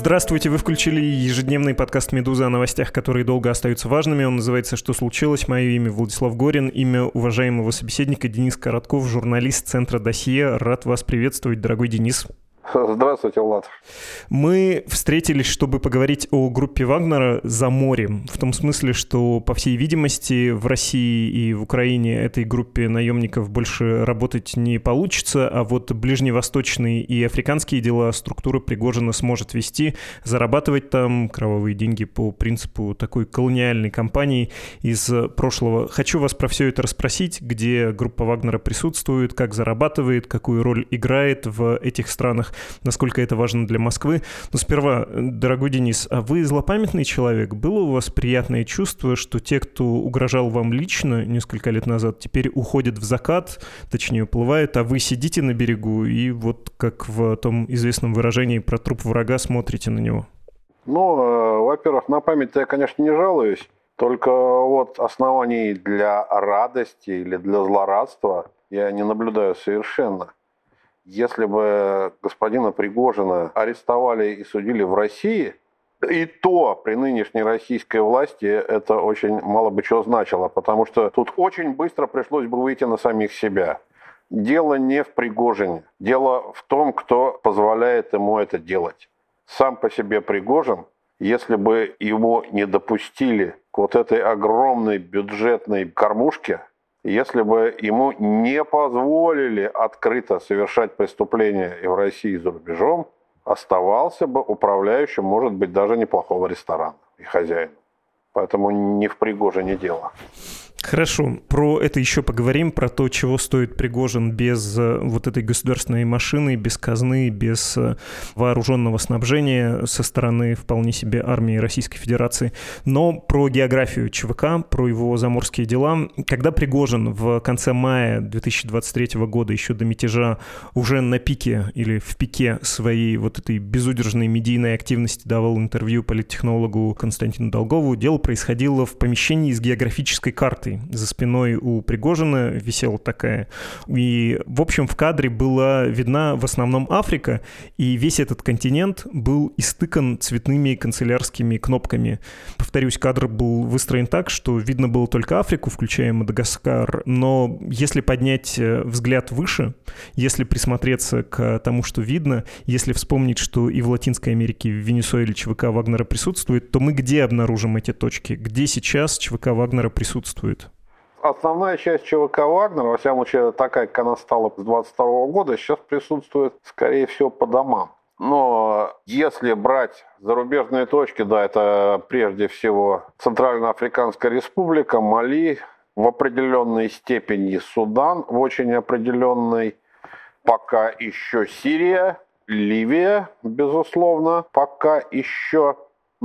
Здравствуйте, вы включили ежедневный подкаст «Медузы» о новостях, которые долго остаются важными. Он называется «Что случилось?». Мое имя Владислав Горин, имя уважаемого собеседника Денис Коротков, журналист Центра «Досье». Рад вас приветствовать, дорогой Денис. Здравствуйте, Влад. Мы встретились, чтобы поговорить о группе Вагнера за морем. В том смысле, что, по всей видимости, в России и в Украине этой группе наемников больше работать не получится, а вот ближневосточные и африканские дела структура Пригожина сможет вести, зарабатывать там кровавые деньги по принципу такой колониальной кампании из прошлого. Хочу вас про все это расспросить, где группа Вагнера присутствует, как зарабатывает, какую роль играет в этих странах, насколько это важно для Москвы. Но сперва, дорогой Денис, а вы злопамятный человек? Было у вас приятное чувство, что те, кто угрожал вам лично несколько лет назад, теперь уходят в закат, точнее уплывают, а вы сидите на берегу и вот как в том известном выражении про труп врага смотрите на него? Во-первых, на память я, конечно, не жалуюсь, только вот оснований для радости или для злорадства я не наблюдаю совершенно. Если бы господина Пригожина арестовали и судили в России, и то при нынешней российской власти это очень мало бы чего значило, потому что тут очень быстро пришлось бы выйти на самих себя. Дело не в Пригожине, дело в том, кто позволяет ему это делать. Сам по себе Пригожин, если бы его не допустили к вот этой огромной бюджетной кормушке, если бы ему не позволили открыто совершать преступления и в России, и за рубежом, оставался бы управляющим, может быть, даже неплохого ресторана и хозяином. Поэтому не в Пригожине дело. Хорошо, про это еще поговорим, про то, чего стоит Пригожин без вот этой государственной машины, без казны, без вооруженного снабжения со стороны вполне себе армии Российской Федерации. Но про географию ЧВК, про его заморские дела. Когда Пригожин в конце мая 2023 года, еще до мятежа, уже на пике или в пике своей вот этой безудержной медийной активности давал интервью политтехнологу Константину Долгову, дело происходило в помещении с географической картой. За спиной у Пригожина висела такая. И, в общем, в кадре была видна в основном Африка, и весь этот континент был истыкан цветными канцелярскими кнопками. Повторюсь, кадр был выстроен так, что видно было только Африку, включая Мадагаскар, но если поднять взгляд выше, если присмотреться к тому, что видно, если вспомнить, что и в Латинской Америке, в Венесуэле ЧВК Вагнера присутствует, то мы где обнаружим эти точки? Где сейчас ЧВК Вагнера присутствует? Основная часть ЧВК Вагнера, во всяком случае, такая, как она стала с 22 года, сейчас присутствует, скорее всего, по домам. Но если брать зарубежные точки, да, это прежде всего Центральноафриканская Республика, Мали, в определенной степени Судан, в очень определенной, пока еще Сирия, Ливия, безусловно, пока еще.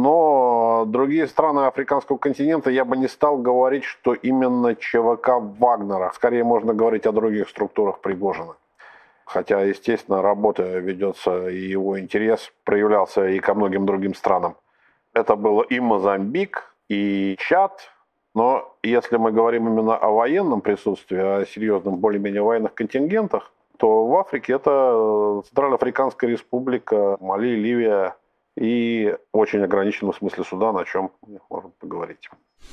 Но другие страны африканского континента я бы не стал говорить, что именно ЧВК Вагнера. Скорее можно говорить о других структурах Пригожина. Хотя, естественно, работа ведется, и его интерес проявлялся и ко многим другим странам. Это было и Мозамбик, и Чад. Но если мы говорим именно о военном присутствии, о серьезном более-менее военных контингентах, то в Африке это Центральноафриканская Республика, Мали, Ливия, и очень ограниченном смысле Судан, о чем мы можем поговорить.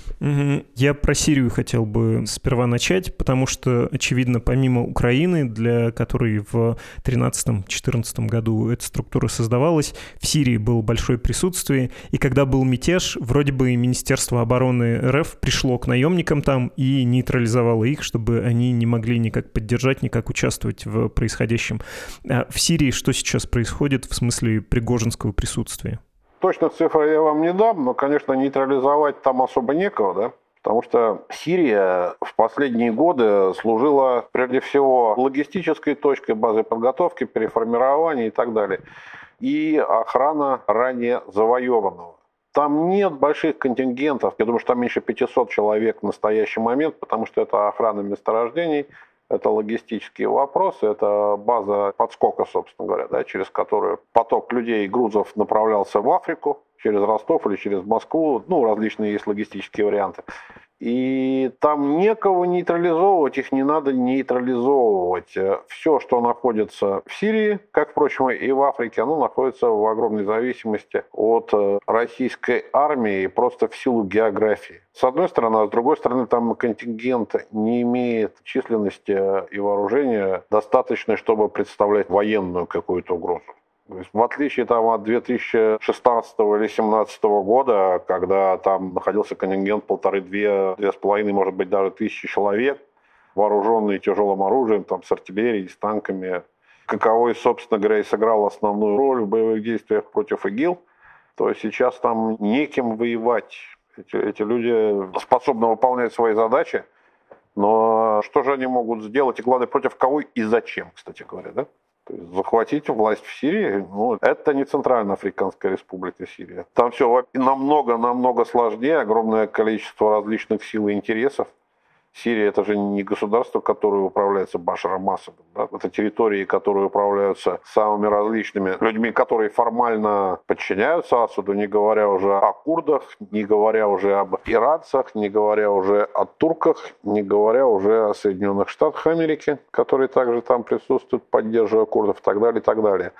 Я про Сирию хотел бы сперва начать, потому что, очевидно, помимо Украины, для которой в 2013-2014 году эта структура создавалась, в Сирии было большое присутствие, и когда был мятеж, вроде бы Министерство обороны РФ пришло к наемникам там и нейтрализовало их, чтобы они не могли никак поддержать, никак участвовать в происходящем. А в Сирии что сейчас происходит в смысле пригожинского присутствия? Точных цифр я вам не дам, но, конечно, нейтрализовать там особо некого, да? Потому что Сирия в последние годы служила прежде всего логистической точкой, базой подготовки, переформирования и так далее. И охрана ранее завоеванного. Там нет больших контингентов, я думаю, что там меньше 500 человек в настоящий момент, потому что это охрана месторождений, это логистические вопросы, это база подскока, собственно говоря, да, через которую поток людей и грузов направлялся в Африку, через Ростов или через Москву, различные есть логистические варианты. И там некого нейтрализовывать, их не надо нейтрализовывать. Все, что находится в Сирии, как, впрочем, и в Африке, оно находится в огромной зависимости от российской армии просто в силу географии. С одной стороны, а с другой стороны, там контингент не имеет численности и вооружения достаточной, чтобы представлять военную какую-то угрозу. То есть, в отличие от 2016 или 2017 года, когда там находился контингент 1,5-2,5, может быть, даже тысячи человек, вооруженные тяжелым оружием, там, с артиллерией, с танками, каковой, собственно говоря, и сыграл основную роль в боевых действиях против ИГИЛ, то сейчас там неким воевать. Эти люди способны выполнять свои задачи, но что же они могут сделать, и главное, против кого и зачем, кстати говоря, да? То есть захватить власть в Сирии, это не Центральноафриканская республика Сирия. Там все намного сложнее, огромное количество различных сил и интересов. Сирия – это же не государство, которое управляется Башаром Асадом. Да? Это территории, которые управляются самыми различными людьми, которые формально подчиняются Асаду, не говоря уже о курдах, не говоря уже об иранцах, не говоря уже о турках, не говоря уже о Соединенных Штатах Америки, которые также там присутствуют, поддерживая курдов и так далее, и так далее.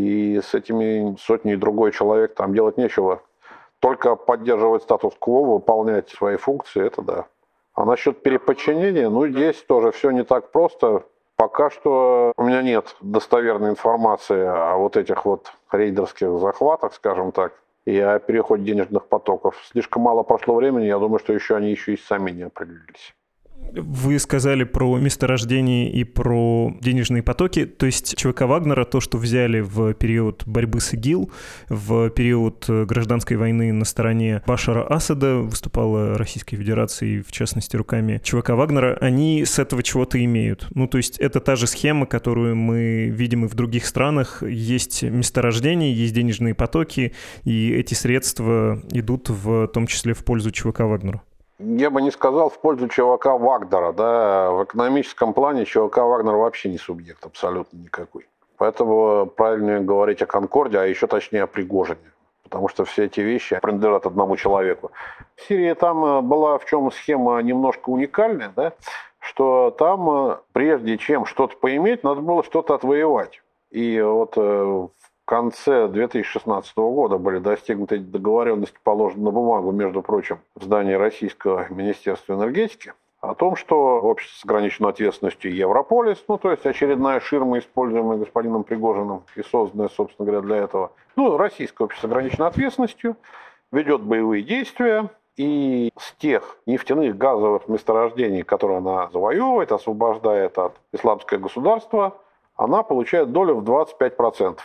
И с этими сотней другой человек там делать нечего. Только поддерживать статус-кво, выполнять свои функции – это да. А насчет переподчинения, здесь тоже все не так просто. Пока что у меня нет достоверной информации о вот этих вот рейдерских захватах, скажем так, и о переходе денежных потоков. Слишком мало прошло времени, я думаю, что они еще и сами не определились. Вы сказали про месторождение и про денежные потоки, то есть ЧВК Вагнера, то, что взяли в период борьбы с ИГИЛ, в период гражданской войны на стороне Башара Асада, выступала Российская Федерация, в частности, руками ЧВК Вагнера, они с этого чего-то имеют. То есть это та же схема, которую мы видим и в других странах. Есть месторождение, есть денежные потоки, и эти средства идут в том числе в пользу ЧВК Вагнера. Я бы не сказал в пользу ЧВК Вагнера. Да? В экономическом плане ЧВК Вагнер вообще не субъект абсолютно никакой. Поэтому правильнее говорить о Конкорде, а еще точнее о Пригожине. Потому что все эти вещи принадлежат одному человеку. В Сирии там была в чем схема немножко уникальная, да? Что там прежде чем что-то поиметь, надо было что-то отвоевать. И вот в конце 2016 года были достигнуты договоренности, положены на бумагу, между прочим, в здании Российского Министерства энергетики, о том, что общество с ограниченной ответственностью Европолис, то есть очередная ширма, используемая господином Пригожиным и созданная, собственно говоря, для этого, российское общество с ограниченной ответственностью, ведет боевые действия, и с тех нефтяных газовых месторождений, которые она завоевывает, освобождает от исламского государства, она получает долю в 25%.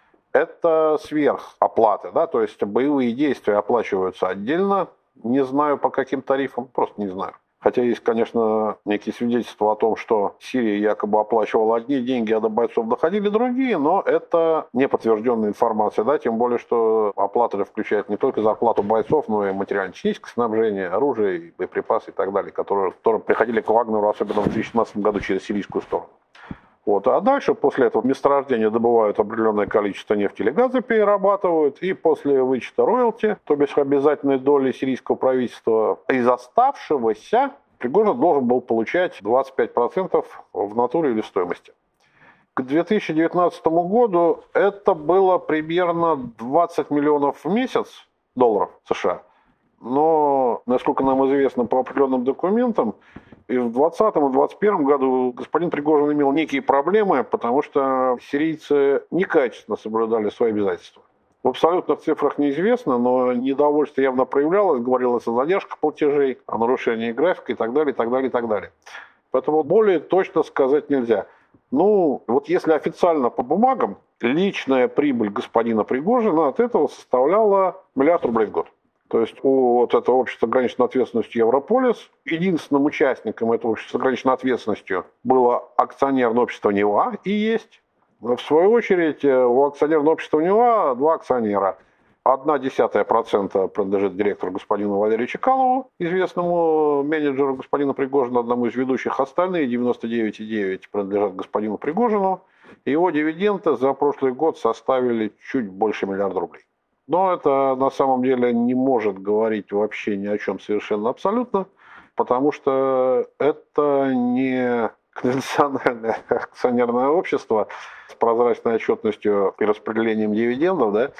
Это сверхоплаты, да, то есть боевые действия оплачиваются отдельно, не знаю по каким тарифам, просто не знаю. Хотя есть, конечно, некие свидетельства о том, что Сирия якобы оплачивала одни деньги, а до бойцов доходили другие, но это не подтвержденная информация, да, тем более, что оплата включает не только зарплату бойцов, но и материально-техническое снабжение, оружие, боеприпасы и так далее, которые приходили к Вагнеру, особенно в 2017 году через сирийскую сторону. А дальше, после этого месторождения добывают определенное количество нефти или газа, перерабатывают, и после вычета роялти, то бишь обязательной доли сирийского правительства, из оставшегося Пригожин должен был получать 25% в натуре или в стоимости. К 2019 году это было примерно 20 миллионов в месяц долларов США. Но, насколько нам известно по определенным документам, и в 2020 и 2021 году господин Пригожин имел некие проблемы, потому что сирийцы некачественно соблюдали свои обязательства. В абсолютных цифрах неизвестно, но недовольство явно проявлялось, говорилось о задержках платежей, о нарушении графика и так далее, и так далее, и так далее. Поэтому более точно сказать нельзя. Если официально по бумагам, личная прибыль господина Пригожина от этого составляла $1 миллиард в год. То есть у этого общества с ограниченной ответственностью Европолис единственным участником этого общества с ограниченной ответственностью было акционерное общество Нева и есть. В свою очередь у акционерного общества Нева два акционера. 0,1% принадлежит директору господину Валерию Чекалову, известному менеджеру господина Пригожина, одному из ведущих. Остальные 99,9% принадлежат господину Пригожину. Его дивиденды за прошлый год составили чуть больше $1 миллиард. Но это на самом деле не может говорить вообще ни о чем совершенно абсолютно. потому что это не конвенциональное акционерное общество с прозрачной отчетностью и распределением дивидендов, да,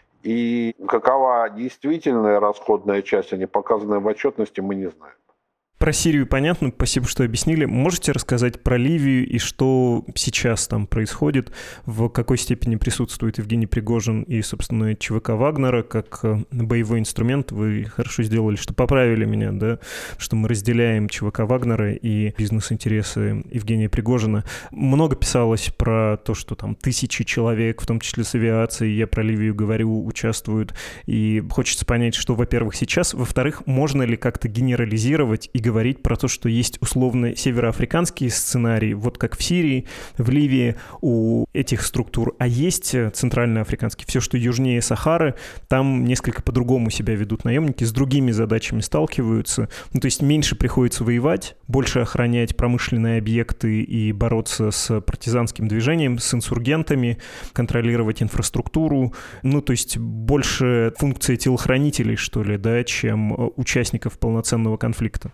и какова действительная расходная часть, а не показанная в отчетности, мы не знаем. Про Сирию понятно, спасибо, что объяснили. Можете рассказать про Ливию и что сейчас там происходит, в какой степени присутствует Евгений Пригожин и, собственно, ЧВК Вагнера как боевой инструмент? Вы хорошо сделали, что поправили меня, да, что мы разделяем ЧВК Вагнера и бизнес-интересы Евгения Пригожина. Много писалось про то, что там тысячи человек, в том числе с авиацией, я про Ливию говорю, участвуют. И хочется понять, что, во-первых, сейчас, во-вторых, можно ли как-то генерализировать и говорить про то, что есть условно североафриканские сценарии, вот как в Сирии, в Ливии у этих структур, а есть центральноафриканские. Все, что южнее Сахары, там несколько по-другому себя ведут наемники, с другими задачами сталкиваются. Ну, то есть меньше приходится воевать, больше охранять промышленные объекты и бороться с партизанским движением, с инсургентами, контролировать инфраструктуру. Ну, то есть больше функции телохранителей, что ли, да, чем участников полноценного конфликта.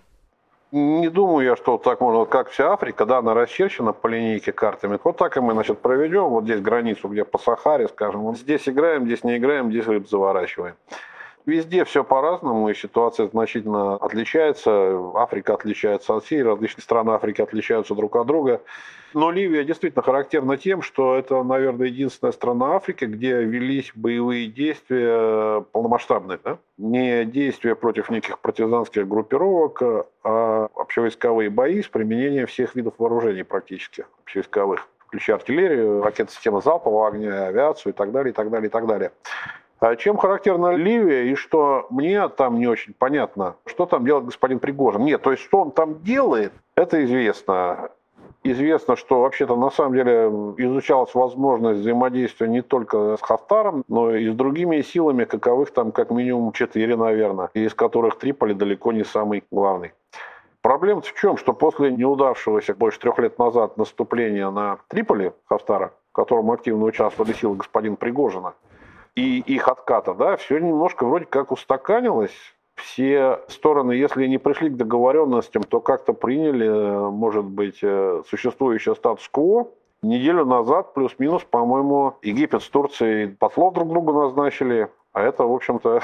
Не думаю я, что так можно, как вся Африка, да, она расчерчена по линейке картами. Вот так и мы, значит, проведем вот здесь границу, где по Сахаре, скажем, вот здесь играем, здесь не играем, здесь рыб заворачиваем. Везде все по-разному, и ситуация значительно отличается. Африка отличается от Сирии, различные страны Африки отличаются друг от друга. Но Ливия действительно характерна тем, что это, наверное, единственная страна Африки, где велись боевые действия полномасштабные. Да? Не действия против неких партизанских группировок, а общевойсковые бои с применением всех видов вооружений практически, общевойсковых, включая артиллерию, ракеты системы залпового огня, авиацию и так далее, и так далее, и так далее. Чем характерна Ливия и что мне там не очень понятно, что там делает господин Пригожин. Нет, то есть что он там делает, это известно. Известно, что вообще-то на самом деле изучалась возможность взаимодействия не только с Хафтаром, но и с другими силами, каковых там как минимум 4, наверное, из которых Триполи далеко не самый главный. Проблема в чем? Что после неудавшегося больше 3 лет назад наступления на Триполи Хафтара, в котором активно участвовали силы господина Пригожина, и их отката, да, все немножко вроде как устаканилось. Все стороны, если не пришли к договоренностям, то как-то приняли, может быть, существующий статус-кво. Неделю назад, плюс-минус, по-моему, Египет с Турцией послов друг другу назначили. А это, в общем-то,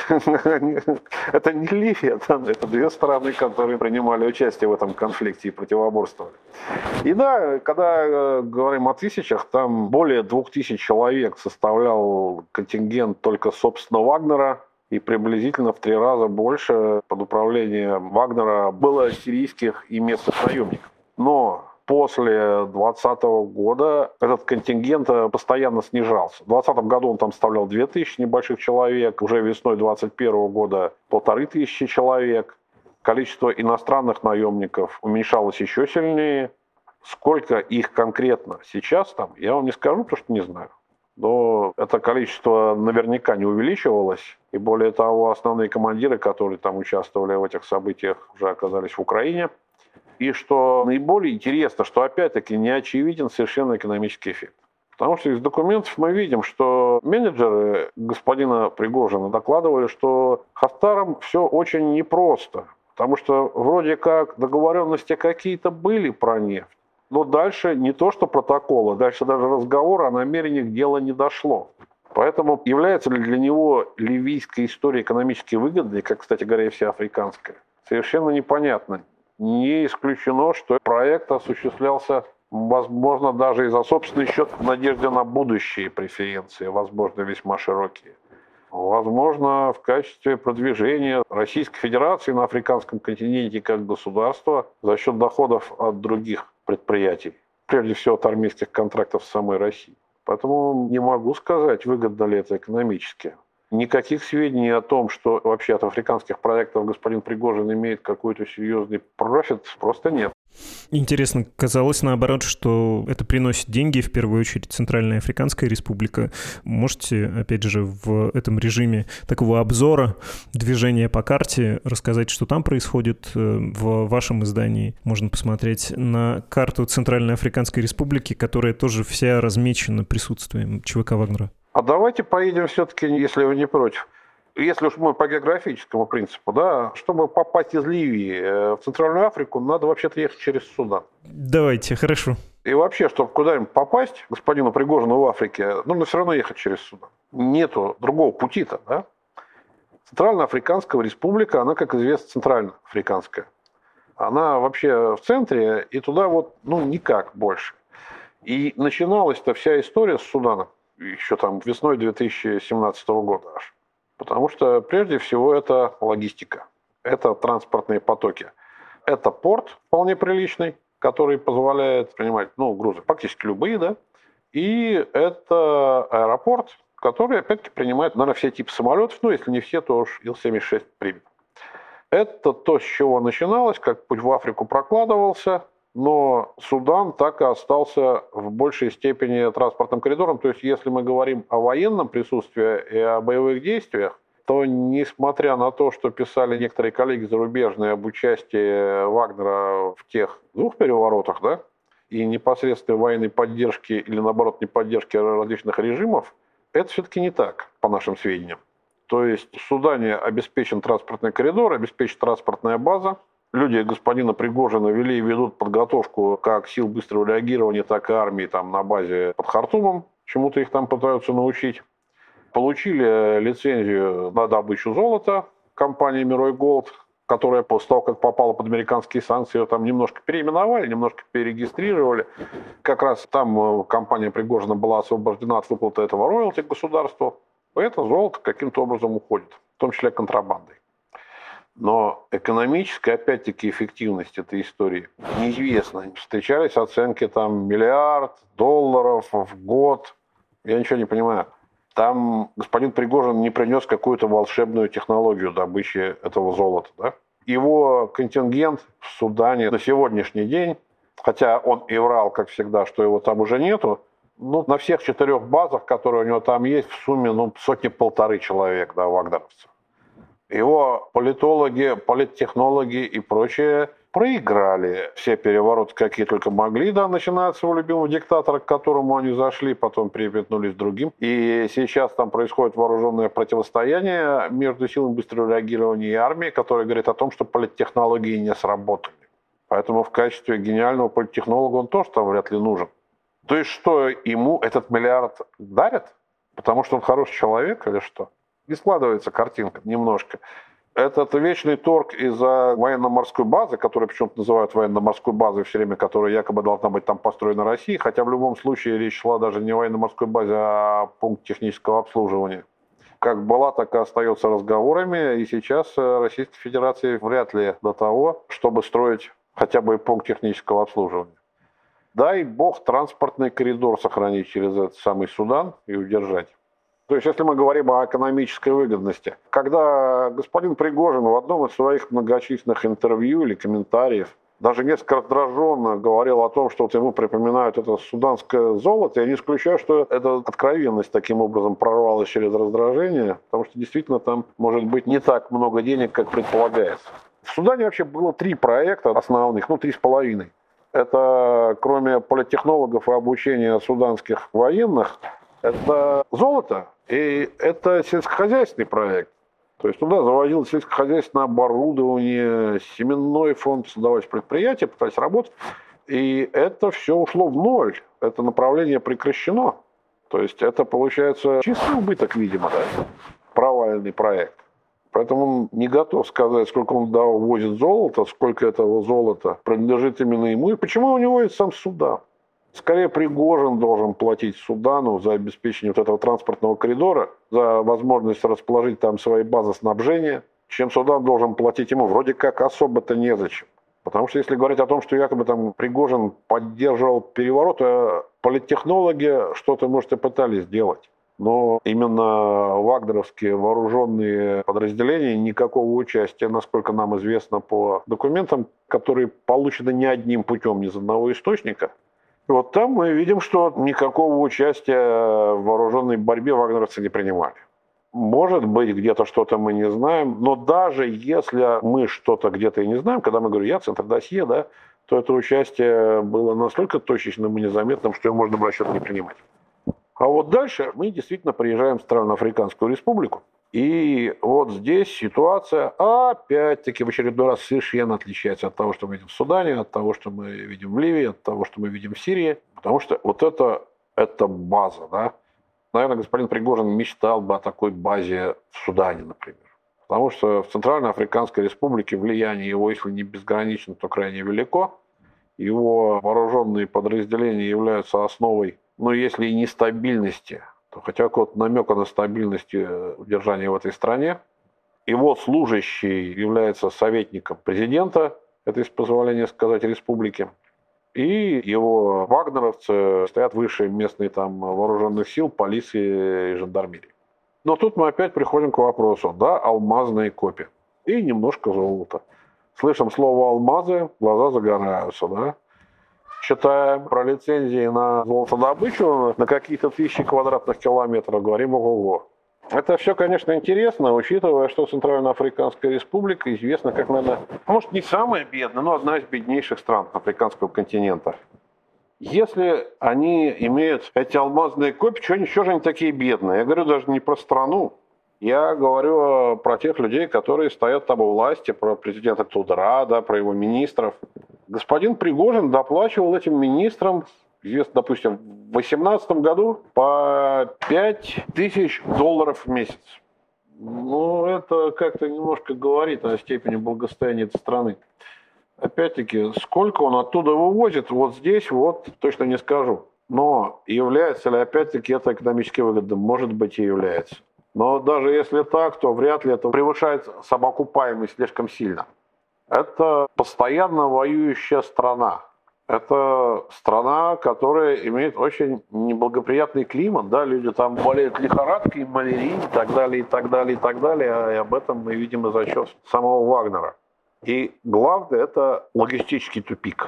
это не Ливия, это 2 страны, которые принимали участие в этом конфликте и противоборствовали. И да, когда говорим о тысячах, там более 2000 человек составлял контингент только, собственно, Вагнера, и приблизительно в 3 раза больше под управлением Вагнера было сирийских и местных наемников. Но после 2020 года этот контингент постоянно снижался. В 2020 году он там составлял 2000 небольших человек, уже весной 2021 года 1500 человек. Количество иностранных наемников уменьшалось еще сильнее. Сколько их конкретно сейчас там, я вам не скажу, потому что не знаю. Но это количество наверняка не увеличивалось. И более того, основные командиры, которые там участвовали в этих событиях, уже оказались в Украине. И что наиболее интересно, что опять-таки не очевиден совершенно экономический эффект. Потому что из документов мы видим, что менеджеры господина Пригожина докладывали, что Хафтаром все очень непросто. Потому что вроде как договоренности какие-то были про нефть. Но дальше не то что протокола, дальше даже разговора о намерениях дела не дошло. Поэтому является ли для него ливийская история экономически выгодной, как, кстати говоря, и вся африканская, совершенно непонятно. Не исключено, что проект осуществлялся, возможно, даже и за собственный счет в надежде на будущие преференции, возможно, весьма широкие. Возможно, в качестве продвижения Российской Федерации на африканском континенте как государства за счет доходов от других предприятий, прежде всего от армейских контрактов с самой России. Поэтому не могу сказать, выгодно ли это экономически. Никаких сведений о том, что вообще от африканских проектов господин Пригожин имеет какой-то серьезный профит, просто нет. Интересно, казалось наоборот, что это приносит деньги, в первую очередь, Центральная Африканская Республика. Можете, опять же, в этом режиме такого обзора движения по карте рассказать, что там происходит в вашем издании? Можно посмотреть на карту Центральной Африканской Республики, которая тоже вся размечена присутствием ЧВК Вагнера. А давайте поедем все-таки, если вы не против, Если уж мы по географическому принципу, да, чтобы попасть из Ливии в Центральную Африку, надо вообще-то ехать через Судан. Давайте, хорошо. И вообще, чтобы куда-нибудь попасть, господину Пригожину в Африке, нужно все равно ехать через Судан. Нету другого пути-то, да? Центральноафриканская республика, она, как известно, центральноафриканская. Она вообще в центре, и туда никак больше. И начиналась-то вся история с Суданом еще там весной 2017 года аж. Потому что прежде всего это логистика, это транспортные потоки. Это порт вполне приличный, который позволяет принимать грузы практически любые, да. И это аэропорт, который, опять-таки, принимает, наверное, все типы самолетов, если не все, то уж Ил-76 примет. Это то, с чего начиналось, как путь в Африку прокладывался, но Судан так и остался в большей степени транспортным коридором. То есть, если мы говорим о военном присутствии и о боевых действиях, то, несмотря на то, что писали некоторые коллеги зарубежные об участии Вагнера в тех двух переворотах, да, и непосредственной военной поддержки или, наоборот, не поддержки различных режимов, это все-таки не так, по нашим сведениям. То есть в Судане обеспечен транспортный коридор, обеспечена транспортная база. Люди господина Пригожина вели и ведут подготовку как сил быстрого реагирования, так и армии там на базе под Хартумом. Чему-то их там пытаются научить. Получили лицензию на добычу золота компании Мирой Голд, которая после того, как попала под американские санкции, ее там немножко переименовали, немножко перерегистрировали. Как раз там компания Пригожина была освобождена от выплаты этого роялти государству. Это золото каким-то образом уходит, в том числе контрабандой. Но экономическая, опять-таки, эффективность этой истории неизвестна. Встречались оценки там $1 миллиард в год. Я ничего не понимаю. Там господин Пригожин не принес какую-то волшебную технологию добычи этого золота. Да? Его контингент в Судане на сегодняшний день, хотя он и врал, как всегда, что его там уже нету, на всех 4 базах, которые у него там есть, в сумме 100-1,5 человек, да, вагнеровцев. Его политологи, политтехнологи и прочее проиграли все перевороты, какие только могли, да, начиная от своего любимого диктатора, к которому они зашли, потом переметнулись другим. И сейчас там происходит вооруженное противостояние между силами быстрого реагирования и армией, которое говорит о том, что политтехнологии не сработали. Поэтому в качестве гениального политтехнолога он тоже там вряд ли нужен. То есть что, ему этот $1 миллиард дарят? Потому что он хороший человек или что? Не складывается картинка немножко. Этот вечный торг из-за военно-морской базы, которую почему-то называют военно-морской базой все время, которая якобы должна быть там построена Россией, хотя в любом случае речь шла даже не о военно-морской базе, а о пункте технического обслуживания. Как была, так и остается разговорами, и сейчас Российской Федерации вряд ли до того, чтобы строить хотя бы пункт технического обслуживания. Дай бог транспортный коридор сохранить через этот самый Судан и удержать. То есть, если мы говорим о экономической выгодности, когда господин Пригожин в одном из своих многочисленных интервью или комментариев даже несколько раздраженно говорил о том, что ему припоминают это суданское золото, я не исключаю, что эта откровенность таким образом прорвалась через раздражение, потому что действительно там может быть не так много денег, как предполагается. В Судане вообще было 3 проекта основных, 3,5. Это, кроме политтехнологов и обучения суданских военных, это золото и это сельскохозяйственный проект. То есть туда завозилось сельскохозяйственное оборудование, семенной фонд, создавались предприятия, пытались работать. И это все ушло в ноль. Это направление прекращено. То есть это, получается, чистый убыток, видимо, да? Проваленный проект. Поэтому он не готов сказать, сколько он возит золота, сколько этого золота принадлежит именно ему, и почему у него есть сам Судан. Скорее, Пригожин должен платить Судану за обеспечение вот этого транспортного коридора, за возможность расположить там свои базы снабжения, чем Судан должен платить ему. Вроде как особо-то незачем. Потому что если говорить о том, что якобы там Пригожин поддерживал переворот, политтехнологи что-то, может, и пытались сделать. Но именно вагнеровские вооруженные подразделения никакого участия, насколько нам известно по документам, которые получены не одним путем, ни из одного источника. Вот там мы видим, что никакого участия в вооруженной борьбе вагнеровцы не принимали. Может быть, где-то что-то мы не знаем, но даже если мы что-то где-то и не знаем, когда мы говорим, я центр досье, да, то это участие было настолько точечным и незаметным, что его можно в расчет не принимать. А вот дальше мы действительно приезжаем в Центральноафриканскую республику, И вот здесь ситуация опять-таки в очередной раз совершенно отличается от того, что мы видим в Судане, от того, что мы видим в Ливии, от того, что мы видим в Сирии. Потому что вот это база, да. Наверное, господин Пригожин мечтал бы о такой базе в Судане, например. Потому что в Центральной Африканской Республике влияние его, если не безгранично, то крайне велико. Его вооруженные подразделения являются основой, ну, если и нестабильности, то хотя какого-то намека на стабильность удержания в этой стране. Его служащий является советником президента этой, с позволения сказать, республики. И его вагнеровцы стоят выше местной там вооруженных сил, полиции и жандармерии. Но тут мы опять приходим к вопросу, да, алмазные копии и немножко золота. Слышим слово «алмазы», глаза загораются, да. Читаем про лицензии на золотодобычу на какие-то тысячи квадратных километров, говорим ого-го. Это все, конечно, интересно, учитывая, что Центральноафриканская Республика известна как, наверное, может, не самая бедная, но одна из беднейших стран африканского континента. Если они имеют эти алмазные копии, что же они такие бедные? Я говорю даже не про страну, я говорю про тех людей, которые стоят там у власти, про президента Тудора, да, про его министров. Господин Пригожин доплачивал этим министрам, известно, допустим, в 2018 году по $5000 в месяц. Ну, это как-то немножко говорит о степени благосостояния этой страны. Опять-таки, сколько он оттуда вывозит, вот здесь вот точно не скажу. Но является ли опять-таки это экономически выгодным? Может быть и является. Но даже если так, то вряд ли это превышает самоокупаемость слишком сильно. Это постоянно воюющая страна. Это страна, которая имеет очень неблагоприятный климат. Да? Люди там болеют лихорадкой, малярией и так далее, и так далее, и так далее. И об этом мы видим из отчета самого Вагнера. И главное, это логистический тупик.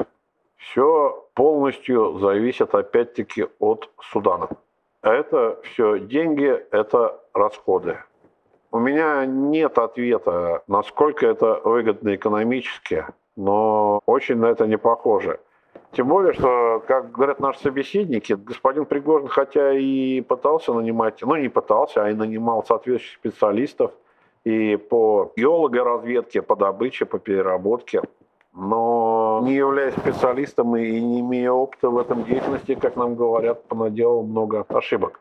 Все полностью зависит опять-таки от Судана. Это все деньги, это расходы. У меня нет ответа, насколько это выгодно экономически, но очень на это не похоже. Тем более, что, как говорят наши собеседники, господин Пригожин, хотя и пытался нанимать, ну не пытался, а и нанимал соответствующих специалистов и по геологоразведке, по добыче, по переработке, но не являясь специалистом и не имея опыта в этом деятельности, как нам говорят, понаделал много ошибок.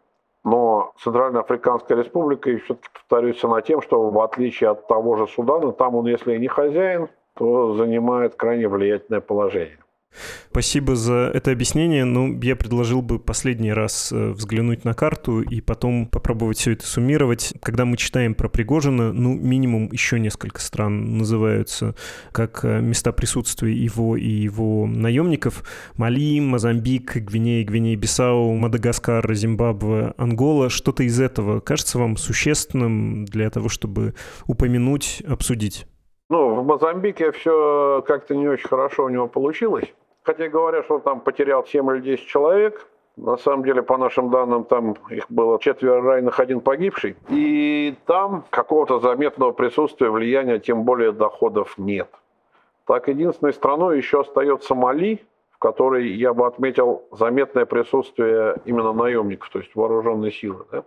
Но Центральноафриканская Республика, и все-таки повторюсь, она тем, что в отличие от того же Судана, там он, если и не хозяин, то занимает крайне влиятельное положение. Спасибо за это объяснение. Ну, я предложил бы последний раз взглянуть на карту и потом попробовать все это суммировать. Когда мы читаем про Пригожина, ну, минимум еще несколько стран называются как места присутствия его и его наемников. Мали, Мозамбик, Гвинея-Бисау, Мадагаскар, Зимбабве, Ангола. Что-то из этого кажется вам существенным для того, чтобы упомянуть, обсудить? Ну, в Мозамбике все как-то не очень хорошо у него получилось. Хотя говорят, что он там потерял 7 или 10 человек. На самом деле, по нашим данным, там их было 4 раненых, 1 погибший. И там какого-то заметного присутствия, влияния, тем более доходов нет. Так, единственной страной еще остается Мали, в которой я бы отметил заметное присутствие именно наемников, то есть вооруженной силы. Да?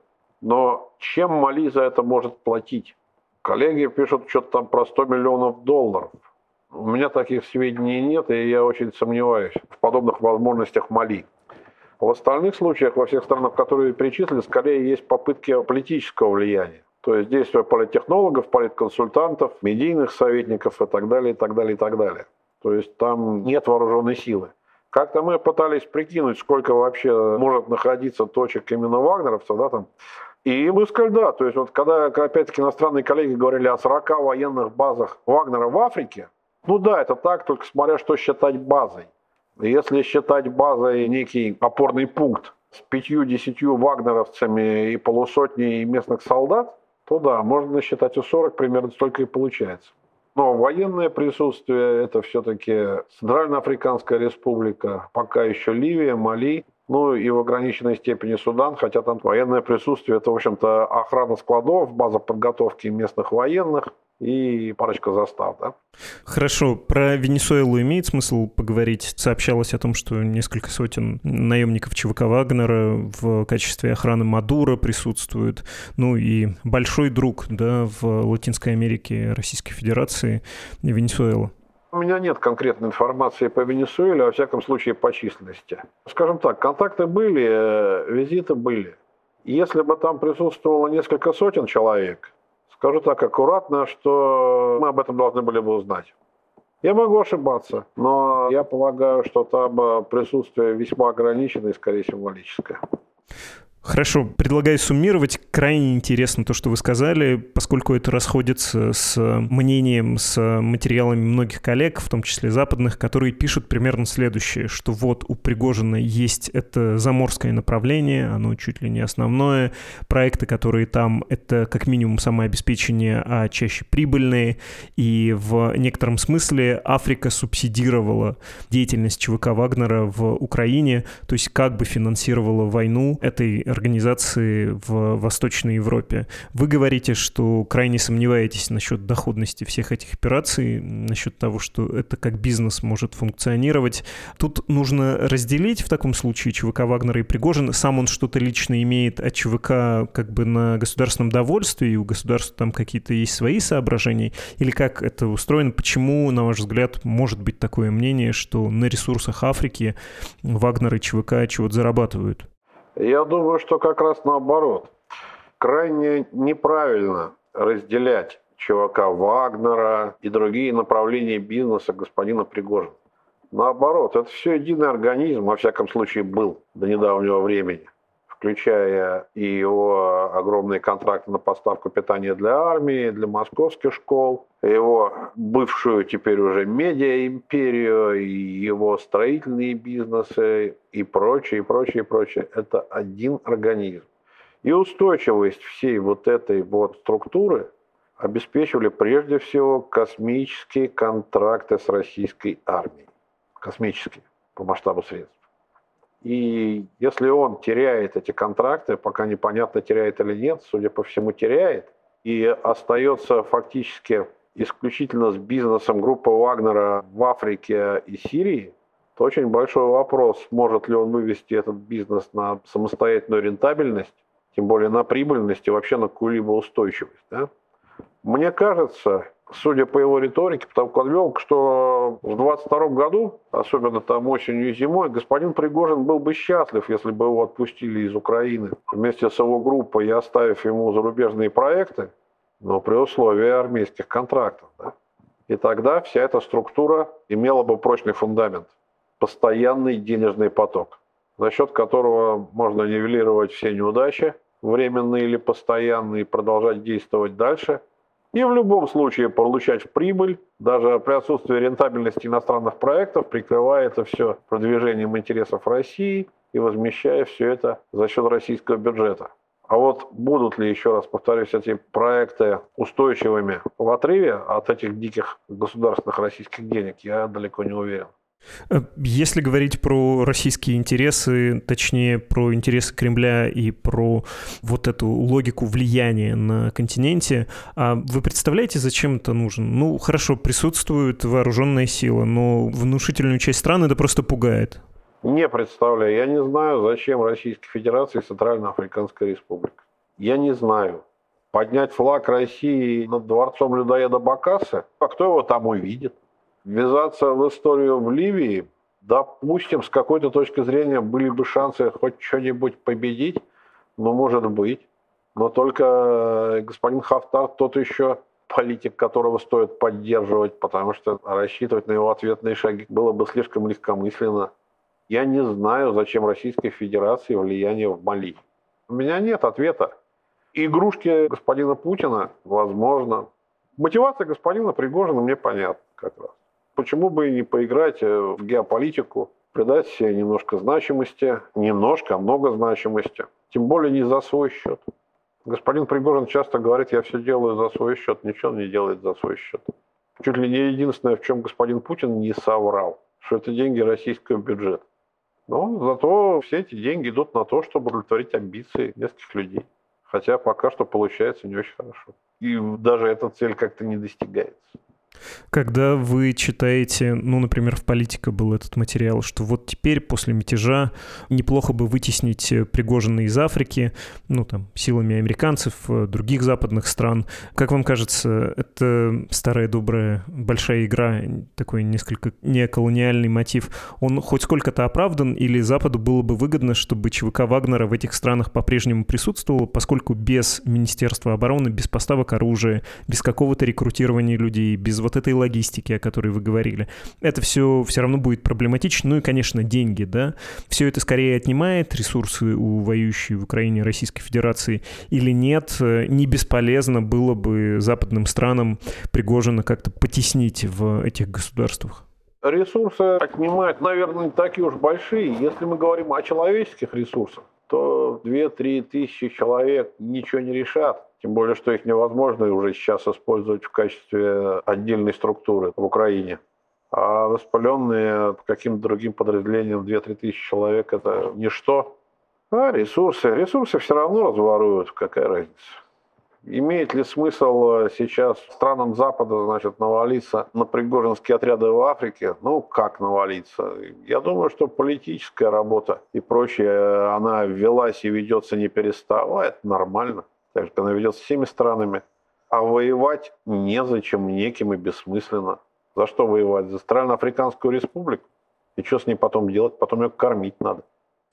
Но чем Мали за это может платить? Коллеги пишут что-то там про $100 миллионов. У меня таких сведений нет, и я очень сомневаюсь в подобных возможностях Мали. В остальных случаях, во всех странах, которые перечислили, скорее есть попытки политического влияния. То есть действия политтехнологов, политконсультантов, медийных советников и так далее, и так далее, и так далее. То есть там нет вооруженной силы. Как-то мы пытались прикинуть, сколько вообще может находиться точек именно вагнеровцев, да, там. И мы сказали, да, то есть вот когда опять-таки иностранные коллеги говорили о 40 военных базах Вагнера в Африке, ну да, это так, только смотря что считать базой. Если считать базой некий опорный пункт с 5-10 вагнеровцами и полусотней местных солдат, то да, можно насчитать и 40, примерно столько и получается. Но военное присутствие — это все-таки Центральноафриканская Республика, пока еще Ливия, Мали, Ну и в ограниченной степени Судан, хотя там военное присутствие, это, в общем-то, охрана складов, база подготовки местных военных и парочка застав, да. Хорошо, про Венесуэлу имеет смысл поговорить? Сообщалось о том, что несколько сотен наемников ЧВК Вагнера в качестве охраны Мадуро присутствуют. Ну и большой друг, да, в Латинской Америке Российской Федерации Венесуэла. У меня нет конкретной информации по Венесуэле, во всяком случае по численности. Скажем так, контакты были, визиты были. Если бы там присутствовало несколько сотен человек, скажу так аккуратно, что мы об этом должны были бы узнать. Я могу ошибаться, но я полагаю, что там присутствие весьма ограниченное и скорее символическое. Хорошо, предлагаю суммировать. Крайне интересно то, что вы сказали, поскольку это расходится с мнением, с материалами многих коллег, в том числе западных, которые пишут примерно следующее, что вот у Пригожина есть это заморское направление, оно чуть ли не основное, проекты, которые там, это как минимум самообеспечение, а чаще прибыльные, и в некотором смысле Африка субсидировала деятельность ЧВК Вагнера в Украине, то есть как бы финансировала войну этой организации в Восточной Европе. Вы говорите, что крайне сомневаетесь насчет доходности всех этих операций, насчет того, что это как бизнес может функционировать. Тут нужно разделить в таком случае ЧВК Вагнера и Пригожина. Сам он что-то лично имеет, а ЧВК как бы на государственном довольстве, и у государства там какие-то есть свои соображения? Или как это устроено? Почему, на ваш взгляд, может быть такое мнение, что на ресурсах Африки Вагнер и ЧВК чего-то зарабатывают? Я думаю, что как раз наоборот. Крайне неправильно разделять ЧВК Вагнера и другие направления бизнеса господина Пригожина. Наоборот, это все единый организм, во всяком случае был до недавнего времени, включая и его огромные контракты на поставку питания для армии, для московских школ, его бывшую теперь уже медиа-империю, и его строительные бизнесы и прочее, и прочее, и прочее. Это один организм. И устойчивость всей вот этой вот структуры обеспечивали прежде всего космические контракты с российской армией. Космические, по масштабу средств. И если он теряет эти контракты, пока непонятно, теряет или нет, судя по всему, теряет, и остается фактически исключительно с бизнесом группы Вагнера в Африке и Сирии, то очень большой вопрос, может ли он вывести этот бизнес на самостоятельную рентабельность, тем более на прибыльность и вообще на какую-либо устойчивость. Да? Мне кажется, судя по его риторике, потому как он вел, что в 22 году, особенно там осенью и зимой, господин Пригожин был бы счастлив, если бы его отпустили из Украины вместе с его группой и оставив ему зарубежные проекты, но при условии армейских контрактов. Да? И тогда вся эта структура имела бы прочный фундамент, постоянный денежный поток, за счет которого можно нивелировать все неудачи, временные или постоянные, и продолжать действовать дальше. И в любом случае получать прибыль, даже при отсутствии рентабельности иностранных проектов, прикрывая это все продвижением интересов России и возмещая все это за счет российского бюджета. А вот будут ли, еще раз повторюсь, эти проекты устойчивыми в отрыве от этих диких государственных российских денег, я далеко не уверен. Если говорить про российские интересы, точнее про интересы Кремля и про вот эту логику влияния на континенте, вы представляете, зачем это нужно? Ну, хорошо, присутствует вооруженная сила, но внушительную часть страны это просто пугает. Не представляю. Я не знаю, зачем Российской Федерации Центральноафриканская Республика. Я не знаю. Поднять флаг России над дворцом людоеда Бокасса? А кто его там увидит? Ввязаться в историю в Ливии, допустим, с какой-то точки зрения были бы шансы хоть что-нибудь победить, но может быть. Но только господин Хафтар тот еще политик, которого стоит поддерживать, потому что рассчитывать на его ответные шаги было бы слишком легкомысленно. Я не знаю, зачем Российской Федерации влияние в Мали. У меня нет ответа. Игрушки господина Путина, возможно. Мотивация господина Пригожина мне понятна как раз. Почему бы и не поиграть в геополитику, придать себе немножко значимости, немножко, а много значимости, тем более не за свой счет. Господин Пригожин часто говорит, я все делаю за свой счет, ничего он не делает за свой счет. Чуть ли не единственное, в чем господин Путин не соврал, что это деньги российского бюджета. Но зато все эти деньги идут на то, чтобы удовлетворить амбиции нескольких людей. Хотя пока что получается не очень хорошо. И даже эта цель как-то не достигается. Когда вы читаете, ну, например, в «Политика» был этот материал, что вот теперь после мятежа неплохо бы вытеснить Пригожина из Африки, ну, там, силами американцев, других западных стран. Как вам кажется, это старая добрая большая игра, такой несколько неоколониальный мотив, он хоть сколько-то оправдан, или Западу было бы выгодно, чтобы ЧВК Вагнера в этих странах по-прежнему присутствовало, поскольку без Министерства обороны, без поставок оружия, без какого-то рекрутирования людей, без вот этой логистики, о которой вы говорили, это все равно будет проблематично. Ну и, конечно, деньги, да. Все это скорее отнимает ресурсы у воюющей в Украине Российской Федерации или нет? Не бесполезно было бы западным странам Пригожина как-то потеснить в этих государствах? Ресурсы отнимают, наверное, не такие уж большие. Если мы говорим о человеческих ресурсах, то 2-3 тысячи человек ничего не решат. Тем более, что их невозможно уже сейчас использовать в качестве отдельной структуры в Украине. А распыленные по каким-то другим подразделениям 2-3 тысячи человек – это ничто. А ресурсы все равно разворуют, какая разница. Имеет ли смысл сейчас странам Запада, значит, навалиться на пригожинские отряды в Африке? Ну, как навалиться? Я думаю, что политическая работа и прочее, она велась и ведется не переставая, это нормально. Так же, она ведется всеми странами. А воевать незачем, неким и бессмысленно. За что воевать? За Центральноафриканскую республику? И что с ней потом делать? Потом ее кормить надо.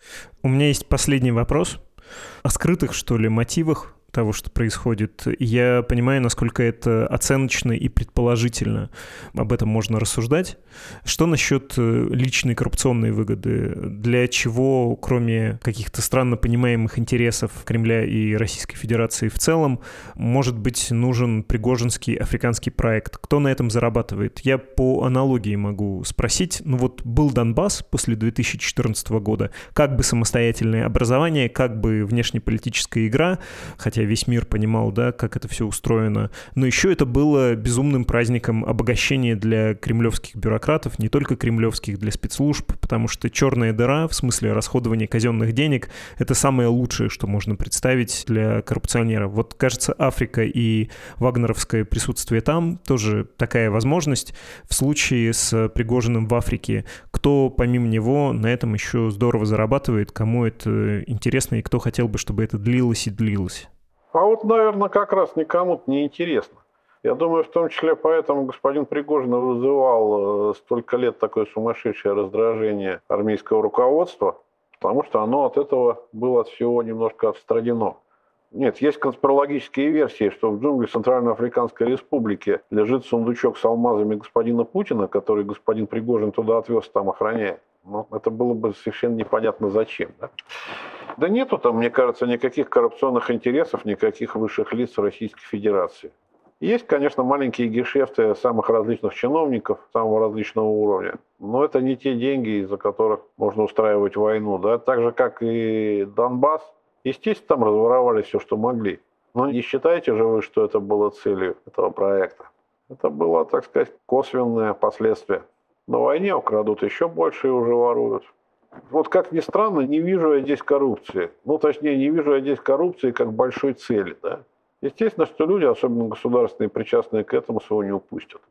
У меня есть последний вопрос. О скрытых, что ли, мотивах того, что происходит. Я понимаю, насколько это оценочно и предположительно. Об этом можно рассуждать. Что насчет личной коррупционной выгоды? Для чего, кроме каких-то странно понимаемых интересов Кремля и Российской Федерации в целом, может быть нужен пригожинский африканский проект? Кто на этом зарабатывает? Я по аналогии могу спросить. Ну вот был Донбасс после 2014 года, как бы самостоятельное образование, как бы внешнеполитическая игра, хотя весь мир понимал, да, как это все устроено. Но еще это было безумным праздником обогащения для кремлевских бюрократов, не только кремлевских, для спецслужб, потому что черная дыра, в смысле расходования казенных денег, это самое лучшее, что можно представить для коррупционеров. Вот, кажется, Африка и вагнеровское присутствие там тоже такая возможность. В случае с Пригожиным в Африке, кто помимо него на этом еще здорово зарабатывает, кому это интересно и кто хотел бы, чтобы это длилось и длилось? А вот, наверное, как раз никому-то не интересно. Я думаю, в том числе поэтому господин Пригожин вызывал столько лет такое сумасшедшее раздражение армейского руководства, потому что оно от этого было от всего немножко отстранено. Нет, есть конспирологические версии, что в джунглях Центральноафриканской Республики лежит сундучок с алмазами господина Путина, который господин Пригожин туда отвез, там охраняет. Но это было бы совершенно непонятно зачем. Да? Да нету там, мне кажется, никаких коррупционных интересов, никаких высших лиц Российской Федерации. Есть, конечно, маленькие гешефты самых различных чиновников, самого различного уровня, но это не те деньги, из-за которых можно устраивать войну. Да? Так же, как и Донбасс, естественно, там разворовали все, что могли. Но не считаете же вы, что это было целью этого проекта? Это было, так сказать, косвенное последствие. На войне украдут еще больше и уже воруют. Вот как ни странно, не вижу я здесь коррупции. Ну, точнее, не вижу я здесь коррупции как большой цели, да. Естественно, что люди, особенно государственные, причастные к этому, своего не упустят.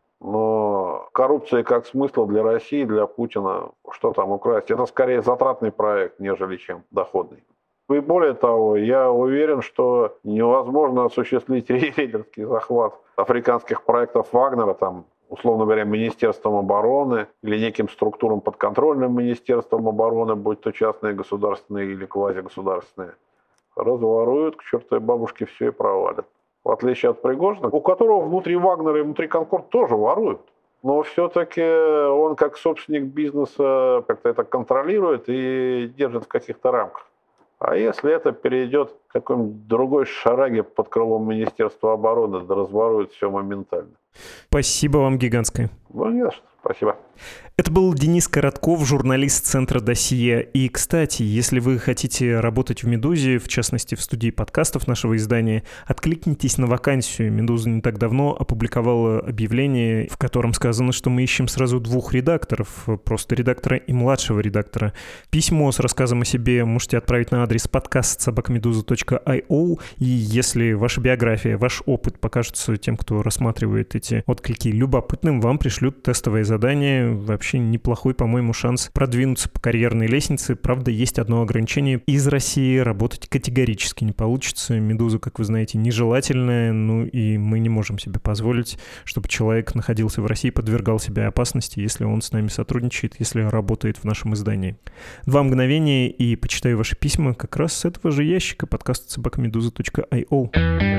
Но коррупция как смысл для России, для Путина, что там украсть, это скорее затратный проект, нежели чем доходный. И более того, я уверен, что невозможно осуществить рейдерский захват африканских проектов Вагнера, там, условно говоря, Министерством обороны или неким структурам подконтрольным Министерством обороны, будь то частные, государственные или квазигосударственные, разворуют к чертовой бабушке все и провалят. В отличие от Пригожина, у которого внутри Вагнера и внутри Конкорд тоже воруют. Но все-таки он как собственник бизнеса как-то это контролирует и держит в каких-то рамках. А если это перейдет какой-нибудь другой шараге под крылом Министерства обороны да разворует все моментально. Спасибо вам гигантское. Ну, не за что. Спасибо. Это был Денис Коротков, журналист Центра «Досье». И, кстати, если вы хотите работать в «Медузе», в частности, в студии подкастов нашего издания, откликнитесь на вакансию. «Медуза» не так давно опубликовала объявление, в котором сказано, что мы ищем сразу 2 редакторов, просто редактора и младшего редактора. Письмо с рассказом о себе можете отправить на адрес podcast@meduza.io. И если ваша биография, ваш опыт покажутся тем, кто рассматривает эти отклики любопытным, вам пришлют тестовое задание. Вообще неплохой, по-моему, шанс продвинуться по карьерной лестнице. Правда, есть одно ограничение. Из России работать категорически не получится. «Медуза», как вы знаете, нежелательная. Ну и мы не можем себе позволить, чтобы человек находился в России, подвергал себя опасности, если он с нами сотрудничает, если работает в нашем издании. 2 мгновения и почитаю ваши письма как раз с этого же ящика podcast@meduza.io.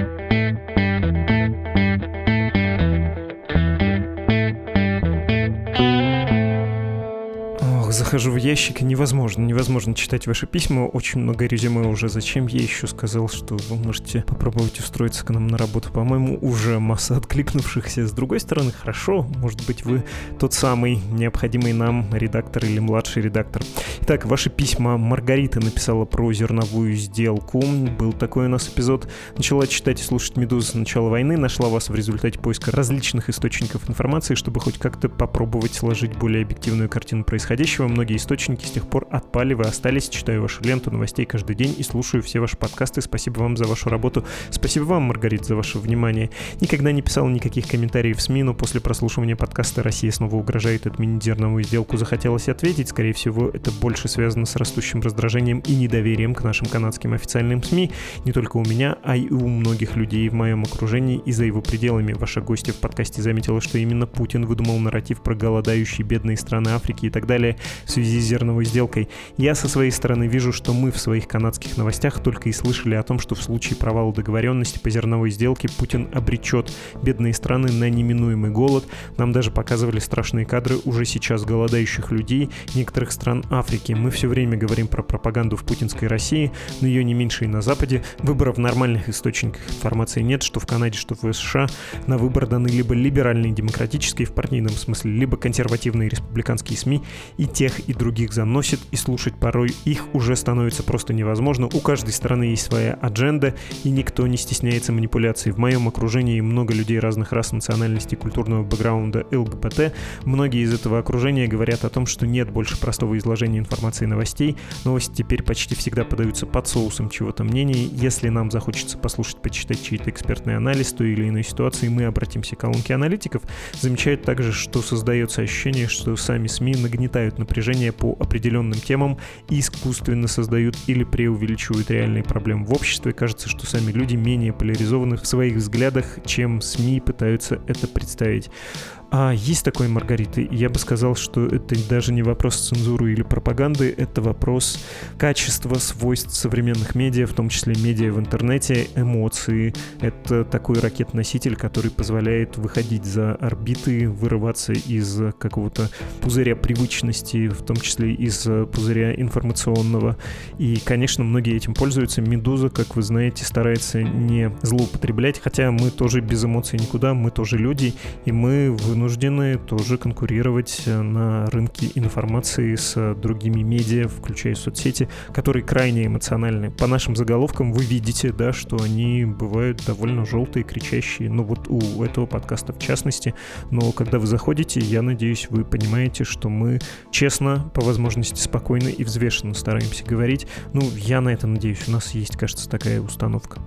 Захожу в ящик, и невозможно читать ваши письма. Очень много резюме уже. Зачем я еще сказал, что вы можете попробовать устроиться к нам на работу? По-моему, уже масса откликнувшихся. С другой стороны, хорошо, может быть, вы тот самый необходимый нам редактор или младший редактор. Итак, ваши письма. Маргарита написала про зерновую сделку. Был такой у нас эпизод. Начала читать и слушать «Медузу» с начала войны. Нашла вас в результате поиска различных источников информации, чтобы хоть как-то попробовать сложить более объективную картину происходящего. Многие источники с тех пор отпали, вы остались. Читаю вашу ленту новостей каждый день и слушаю все ваши подкасты. Спасибо вам за вашу работу. Спасибо вам, Маргарита, за ваше внимание. Никогда не писал никаких комментариев в СМИ, но после прослушивания подкаста «Россия снова угрожает отменить зерновую сделку» захотелось ответить. Скорее всего, это больше связано с растущим раздражением и недоверием к нашим канадским официальным СМИ. Не только у меня, а и у многих людей в моем окружении и за его пределами. Ваша гостья в подкасте заметила, что именно Путин выдумал нарратив про голодающие бедные страны Африки и так далее в связи с зерновой сделкой. Я со своей стороны вижу, что мы в своих канадских новостях только и слышали о том, что в случае провала договоренности по зерновой сделке Путин обречет бедные страны на неминуемый голод. Нам даже показывали страшные кадры уже сейчас голодающих людей некоторых стран Африки. Мы все время говорим про пропаганду в путинской России, но ее не меньше и на Западе. Выбора в нормальных источниках информации нет, что в Канаде, что в США. На выбор даны либо либеральные демократические в партийном смысле, либо консервативные республиканские СМИ, и тех, и других заносит, и слушать порой их уже становится просто невозможно. У каждой стороны есть своя адженда, и никто не стесняется манипуляций. В моем окружении много людей разных рас, национальностей, культурного бэкграунда, ЛГБТ. Многие из этого окружения говорят о том, что нет больше простого изложения информации и новостей. Новости теперь почти всегда подаются под соусом чего-то мнений. Если нам захочется послушать, почитать чей-то экспертный анализ той или иной ситуации, мы обратимся к колонке аналитиков. Замечают также, что создается ощущение, что сами СМИ нагнетают напряжение по определенным темам и искусственно создают или преувеличивают реальные проблемы в обществе. Кажется, что сами люди менее поляризованы в своих взглядах, чем СМИ пытаются это представить. А есть такой, Маргарита, я бы сказал, что это даже не вопрос цензуры или пропаганды, это вопрос качества, свойств современных медиа, в том числе медиа в интернете, эмоции. Это такой ракет-носитель, который позволяет выходить за орбиты, вырываться из какого-то пузыря привычности, в том числе из пузыря информационного. И, конечно, многие этим пользуются. «Медуза», как вы знаете, старается не злоупотреблять, хотя мы тоже без эмоций никуда, мы тоже люди, и мы вынуждены тоже конкурировать на рынке информации с другими медиа, включая соцсети, которые крайне эмоциональны. По нашим заголовкам вы видите, да, что они бывают довольно желтые, кричащие, ну вот у этого подкаста в частности. Но когда вы заходите, я надеюсь, вы понимаете, что мы честно, по возможности спокойно и взвешенно стараемся говорить. Ну, я на это надеюсь, у нас есть, кажется, такая установка.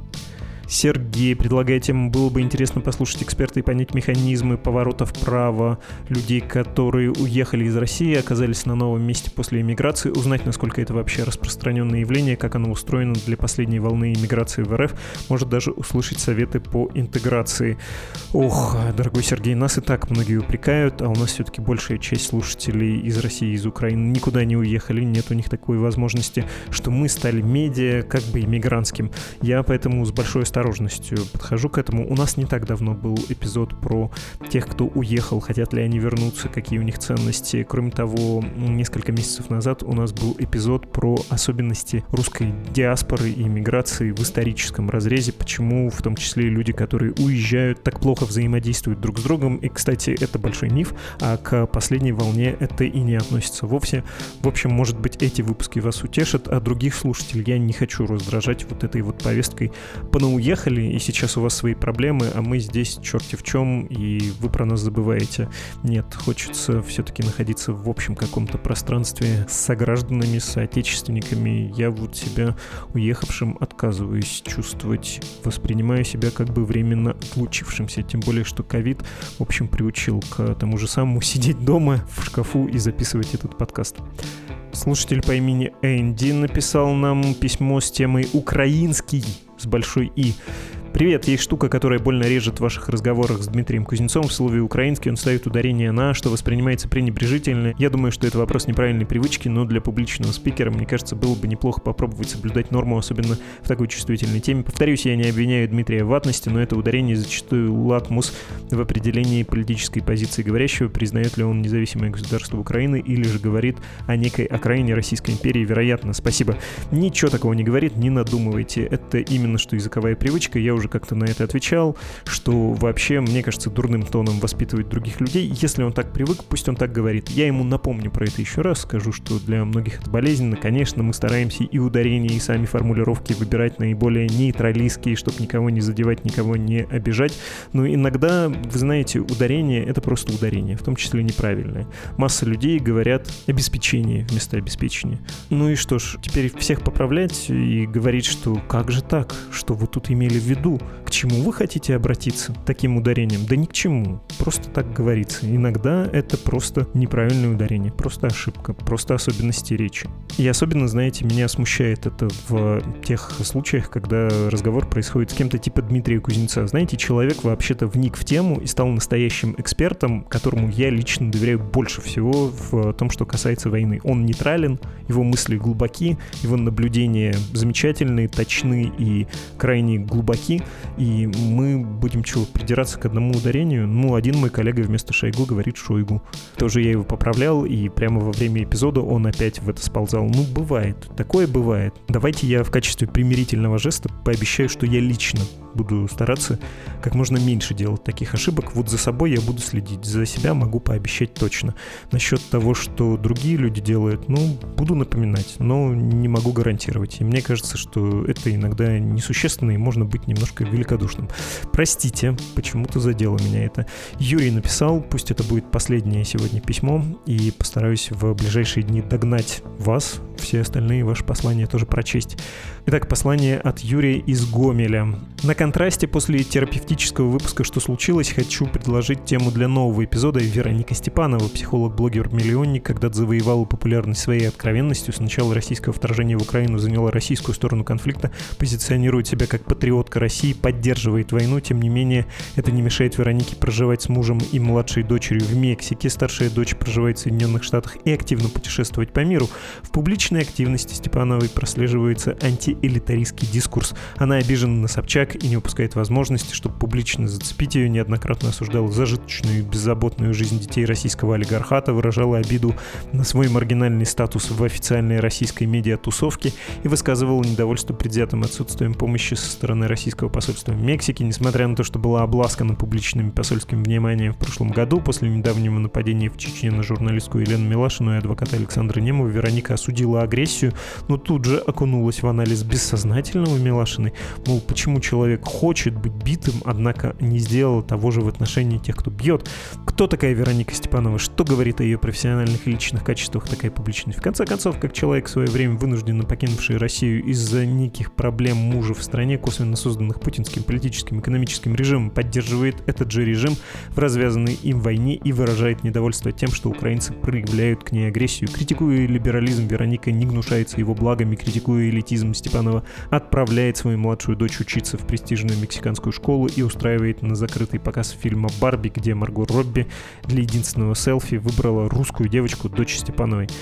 Сергей предлагает тему: было бы интересно послушать эксперта и понять механизмы поворота вправо людей, которые уехали из России, оказались на новом месте после эмиграции, узнать, насколько это вообще распространенное явление, как оно устроено для последней волны эмиграции в РФ, может даже услышать советы по интеграции. Ох, дорогой Сергей, нас и так многие упрекают, а у нас все-таки большая часть слушателей из России, из Украины никуда не уехали, нет у них такой возможности, что мы стали медиа как бы иммигрантским. Я поэтому с большой осторожностью подхожу к этому. У нас не так давно был эпизод про тех, кто уехал, хотят ли они вернуться, какие у них ценности. Кроме того, несколько месяцев назад у нас был эпизод про особенности русской диаспоры и миграции в историческом разрезе, почему в том числе люди, которые уезжают, так плохо взаимодействуют друг с другом. И, кстати, это большой миф, а к последней волне это и не относится вовсе. В общем, может быть, эти выпуски вас утешат, а других слушателей я не хочу раздражать вот этой вот повесткой. Понауехали, и сейчас у вас свои проблемы, а мы здесь черти в чем, и вы про нас забываете. Нет, хочется все-таки находиться в общем каком-то пространстве с согражданами, с соотечественниками. Я вот себя уехавшим отказываюсь чувствовать, воспринимаю себя как бы временно отлучившимся, тем более, что ковид, в общем, приучил к тому же самому сидеть дома в шкафу и записывать этот подкаст. Слушатель по имени Энди написал нам письмо с темой «Украинский» с большой «И». Привет, есть штука, которая больно режет в ваших разговорах с Дмитрием Кузнецовым. В слове «украинский» он ставит ударение на, что воспринимается пренебрежительно. Я думаю, что это вопрос неправильной привычки, но для публичного спикера, мне кажется, было бы неплохо попробовать соблюдать норму, особенно в такой чувствительной теме. Повторюсь, я не обвиняю Дмитрия в ватности, но это ударение зачастую лакмус в определении политической позиции говорящего, признает ли он независимое государство Украины или же говорит о некой окраине Российской империи. Вероятно, спасибо. Ничего такого не говорит, не надумывайте. Это именно что языковая привычка. Я уже как-то на это отвечал, что вообще, мне кажется, дурным тоном воспитывать других людей. Если он так привык, пусть он так говорит. Я ему напомню про это еще раз, скажу, что для многих это болезненно. Конечно, мы стараемся и ударения, и сами формулировки выбирать наиболее нейтралистские, чтобы никого не задевать, никого не обижать. Но иногда, вы знаете, ударение — это просто ударение, в том числе неправильное. Масса людей говорят «обеспечение» вместо «обеспечения». Ну и что ж, теперь всех поправлять и говорить, что как же так, что вы тут имели в виду? К чему вы хотите обратиться таким ударением? Да ни к чему. Просто так говорится. Иногда это просто неправильное ударение, просто ошибка, просто особенности речи. И особенно, знаете, меня смущает это в тех случаях, когда разговор происходит с кем-то типа Дмитрия Кузнеца. Знаете, человек вообще-то вник в тему и стал настоящим экспертом, которому я лично доверяю больше всего в том, что касается войны. Он нейтрален, его мысли глубоки, его наблюдения замечательные, точны и крайне глубоки. И мы будем чего, придираться к одному ударению? Ну, один мой коллега вместо Шойгу говорит Шойгу. Тоже я его поправлял, и прямо во время эпизода он опять в это сползал. Ну, бывает. Такое бывает. Давайте я в качестве примирительного жеста пообещаю, что я лично буду стараться как можно меньше делать таких ошибок. Вот за собой я буду следить. За себя могу пообещать точно. Насчет того, что другие люди делают, ну, буду напоминать, но не могу гарантировать. И мне кажется, что это иногда несущественно, и можно быть немножко великодушным. Простите, почему-то задело меня это. Юрий написал, пусть это будет последнее сегодня письмо, и постараюсь в ближайшие дни догнать вас, все остальные ваши послания тоже прочесть. Итак, послание от Юрия из Гомеля. На контрасте после терапевтического выпуска «Что случилось?», хочу предложить тему для нового эпизода. Вероника Степанова, психолог-блогер-миллионник, когда завоевала популярность своей откровенностью, с начала российского вторжения в Украину заняла российскую сторону конфликта, позиционирует себя как патриотка России, поддерживает войну. Тем не менее, это не мешает Веронике проживать с мужем и младшей дочерью в Мексике. Старшая дочь проживает в Соединенных Штатах и активно путешествовать по миру. В публичной активности Степановой прослеживается антиэлитаристский дискурс. Она обижена на Собчак и не упускает возможности, чтобы публично зацепить ее, неоднократно осуждала зажиточную и беззаботную жизнь детей российского олигархата, выражала обиду на свой маргинальный статус в официальной российской медиатусовке и высказывала недовольство предвзятым отсутствием помощи со стороны российского посольства в Мексике, несмотря на то, что была обласкана публичным посольским вниманием в прошлом году. После недавнего нападения в Чечне на журналистку Елену Милашину и адвоката Александра Немова, Вероника осудила агрессию, но тут же окунулась в анализ бессознательного Милашиной, мол, почему человек хочет быть битым, однако не сделал того же в отношении тех, кто бьет. Кто такая Вероника Степанова? Что говорит о ее профессиональных и личных качествах такая публичность? В конце концов, как человек в свое время вынужденно покинувший Россию из-за неких проблем мужа в стране, косвенно созданных путинским политическим и экономическим режимом, поддерживает этот же режим в развязанной им войне и выражает недовольство тем, что украинцы проявляют к ней агрессию. Критикуя либерализм, Вероника не гнушается его благами, критикуя элитизм, Степанова отправляет свою младшую дочь учиться в престижную мексиканскую школу и устраивает на закрытый показ фильма «Барби», где Марго Робби для единственного селфи выбрала русскую девочку, дочь Степановой.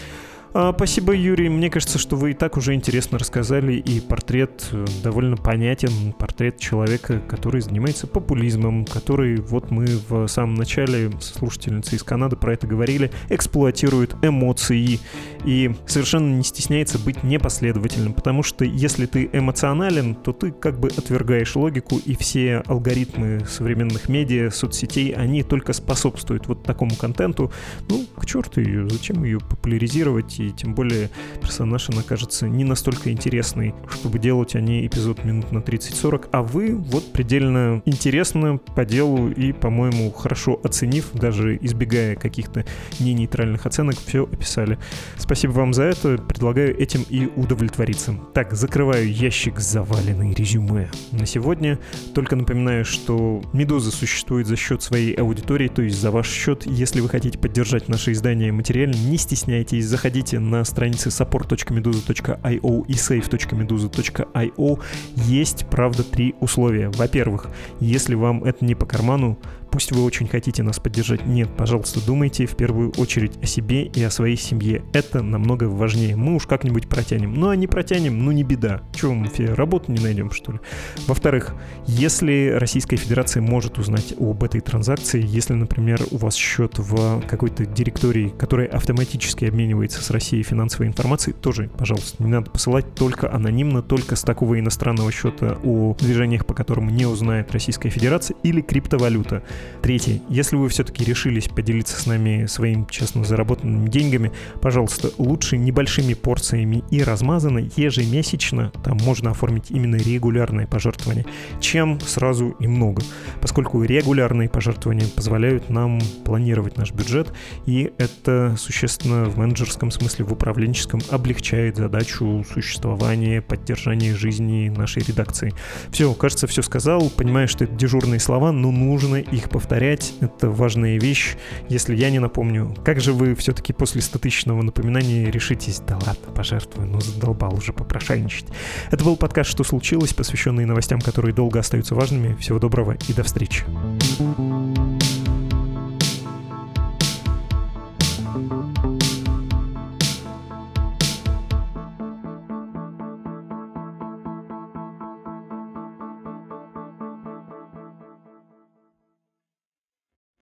Спасибо, Юрий. Мне кажется, что вы и так уже интересно рассказали, и портрет довольно понятен. Портрет человека, который занимается популизмом, который, вот мы в самом начале с слушательницей из Канады про это говорили, эксплуатирует эмоции и совершенно не стесняется быть непоследовательным, потому что если ты эмоционален, то ты как бы отвергаешь логику, и все алгоритмы современных медиа, соцсетей, они только способствуют вот такому контенту. Ну, к черту ее, зачем ее популяризировать? И тем более персонаж, она кажется не настолько интересный, чтобы делать о ней эпизод минут на 30-40, а вы вот предельно интересно по делу и, по-моему, хорошо оценив, даже избегая каких-то не-нейтральных оценок, все описали. Спасибо вам за это, предлагаю этим и удовлетвориться. Так, закрываю ящик заваленный резюме на сегодня. Только напоминаю, что «Медуза» существует за счет своей аудитории, то есть за ваш счет. Если вы хотите поддержать наше издание материально, не стесняйтесь, заходите на страницы support.meduza.io и save.meduza.io. Есть, правда, 3 условия. Во-первых, если вам это не по карману, пусть вы очень хотите нас поддержать, нет, пожалуйста, думайте в первую очередь о себе и о своей семье. Это намного важнее. Мы уж как-нибудь протянем. Ну, а не протянем, ну не беда. Чего мы работу не найдем, что ли? Во-вторых, если Российская Федерация может узнать об этой транзакции, если, например, у вас счет в какой-то директории, которая автоматически обменивается с Россией финансовой информацией, тоже, пожалуйста, не надо посылать только анонимно, только с такого иностранного счета о движениях, по которым не узнает Российская Федерация, или криптовалюта. Третье. Если вы все-таки решились поделиться с нами своими честно заработанными деньгами, пожалуйста, лучше небольшими порциями и размазанно ежемесячно, там можно оформить именно регулярные пожертвования, чем сразу и много, поскольку регулярные пожертвования позволяют нам планировать наш бюджет, и это существенно в менеджерском смысле, в управленческом облегчает задачу существования, поддержания жизни нашей редакции. Все, кажется, все сказал, понимаю, что это дежурные слова, но нужно их повторять, это важная вещь. Если я не напомню, как же вы все-таки после 100-тысячного напоминания решитесь? Да ладно, пожертвую, ну задолбал уже попрошайничать. Это был подкаст «Что случилось?», посвященный новостям, которые долго остаются важными. Всего доброго и до встречи.